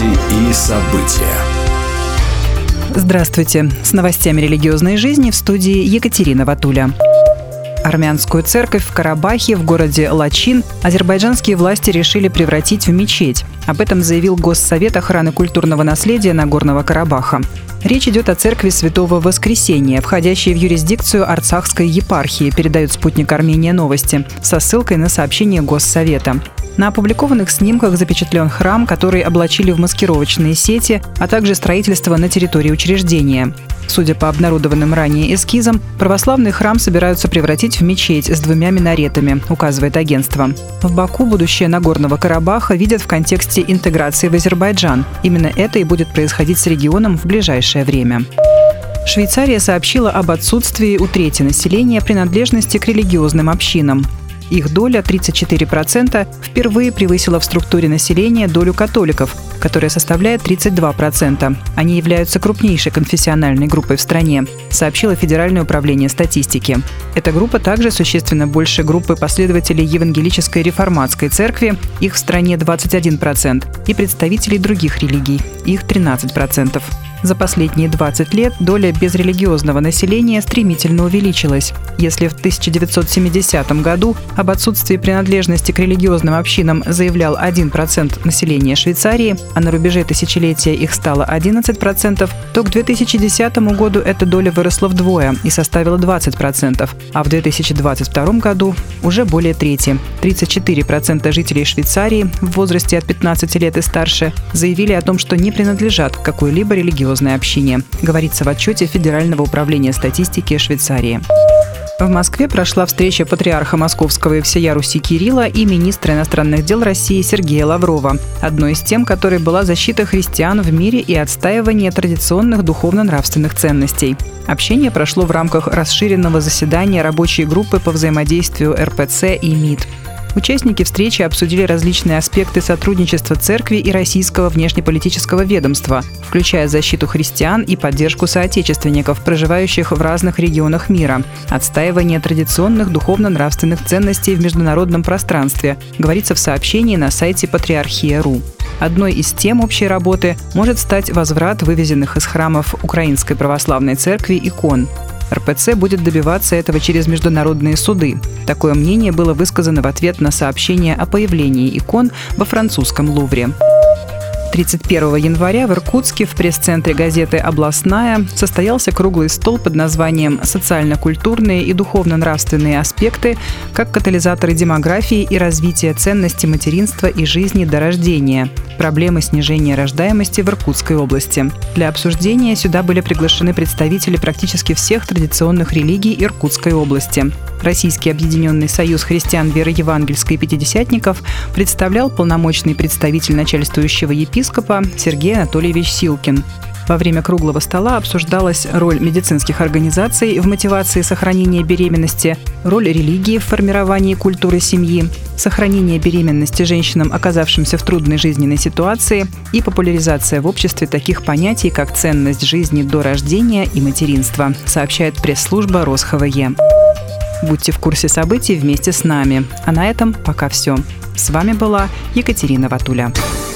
Новости и события. Здравствуйте! С новостями религиозной жизни в студии Екатерина Ватуля. Армянскую церковь в Карабахе в городе Лачин азербайджанские власти решили превратить в мечеть. Об этом заявил Госсовет охраны культурного наследия Нагорного Карабаха. Речь идет о церкви Святого Воскресения, входящей в юрисдикцию Арцахской епархии, передает спутник Армения Новости, со ссылкой на сообщение Госсовета. На опубликованных снимках запечатлен храм, который облачили в маскировочные сети, а также строительство на территории учреждения. Судя по обнародованным ранее эскизам, православный храм собираются превратить в мечеть с 2 минаретами, указывает агентство. В Баку будущее Нагорного Карабаха видят в контексте интеграции в Азербайджан. Именно это и будет происходить с регионом в ближайшее время. Швейцария сообщила об отсутствии у трети населения принадлежности к религиозным общинам. Их доля 34% впервые превысила в структуре населения долю католиков, которая составляет 32%. Они являются крупнейшей конфессиональной группой в стране, сообщило Федеральное управление статистики. Эта группа также существенно больше группы последователей Евангелической реформатской церкви, их в стране 21%, и представителей других религий, их 13%. За последние 20 лет доля безрелигиозного населения стремительно увеличилась. Если в 1970 году об отсутствии принадлежности к религиозным общинам заявлял 1% населения Швейцарии, а на рубеже тысячелетия их стало 11%, то к 2010 году эта доля выросла вдвое и составила 20%, а в 2022 году уже более трети. 34% жителей Швейцарии в возрасте от 15 лет и старше заявили о том, что не принадлежат к какой-либо религиозной общине, говорится в отчете Федерального управления статистики Швейцарии. В Москве прошла встреча патриарха Московского и всея Руси Кирилла и министра иностранных дел России Сергея Лаврова. Одной из тем, которой была защита христиан в мире и отстаивание традиционных духовно-нравственных ценностей. Общение прошло в рамках расширенного заседания рабочей группы по взаимодействию РПЦ и МИД. Участники встречи обсудили различные аспекты сотрудничества церкви и российского внешнеполитического ведомства, включая защиту христиан и поддержку соотечественников, проживающих в разных регионах мира, отстаивание традиционных духовно-нравственных ценностей в международном пространстве, говорится в сообщении на сайте Патриархия.ру. Одной из тем общей работы может стать возврат вывезенных из храмов Украинской православной церкви икон. РПЦ будет добиваться этого через международные суды. Такое мнение было высказано в ответ на сообщение о появлении икон во французском Лувре. 31 января в Иркутске в пресс-центре газеты «Областная» состоялся круглый стол под названием «Социально-культурные и духовно-нравственные аспекты как катализаторы демографии и развития ценности материнства и жизни до рождения. Проблемы снижения рождаемости в Иркутской области». Для обсуждения сюда были приглашены представители практически всех традиционных религий Иркутской области. Российский объединенный союз христиан веры евангельской и пятидесятников представлял полномочный представитель начальствующего епископа Сергей Анатольевич Силкин. Во время круглого стола обсуждалась роль медицинских организаций в мотивации сохранения беременности, роль религии в формировании культуры семьи, сохранение беременности женщинам, оказавшимся в трудной жизненной ситуации, и популяризация в обществе таких понятий, как ценность жизни до рождения и материнства, сообщает пресс-служба РосХВЕ. Будьте в курсе событий вместе с нами. А на этом пока все. С вами была Екатерина Ватуля.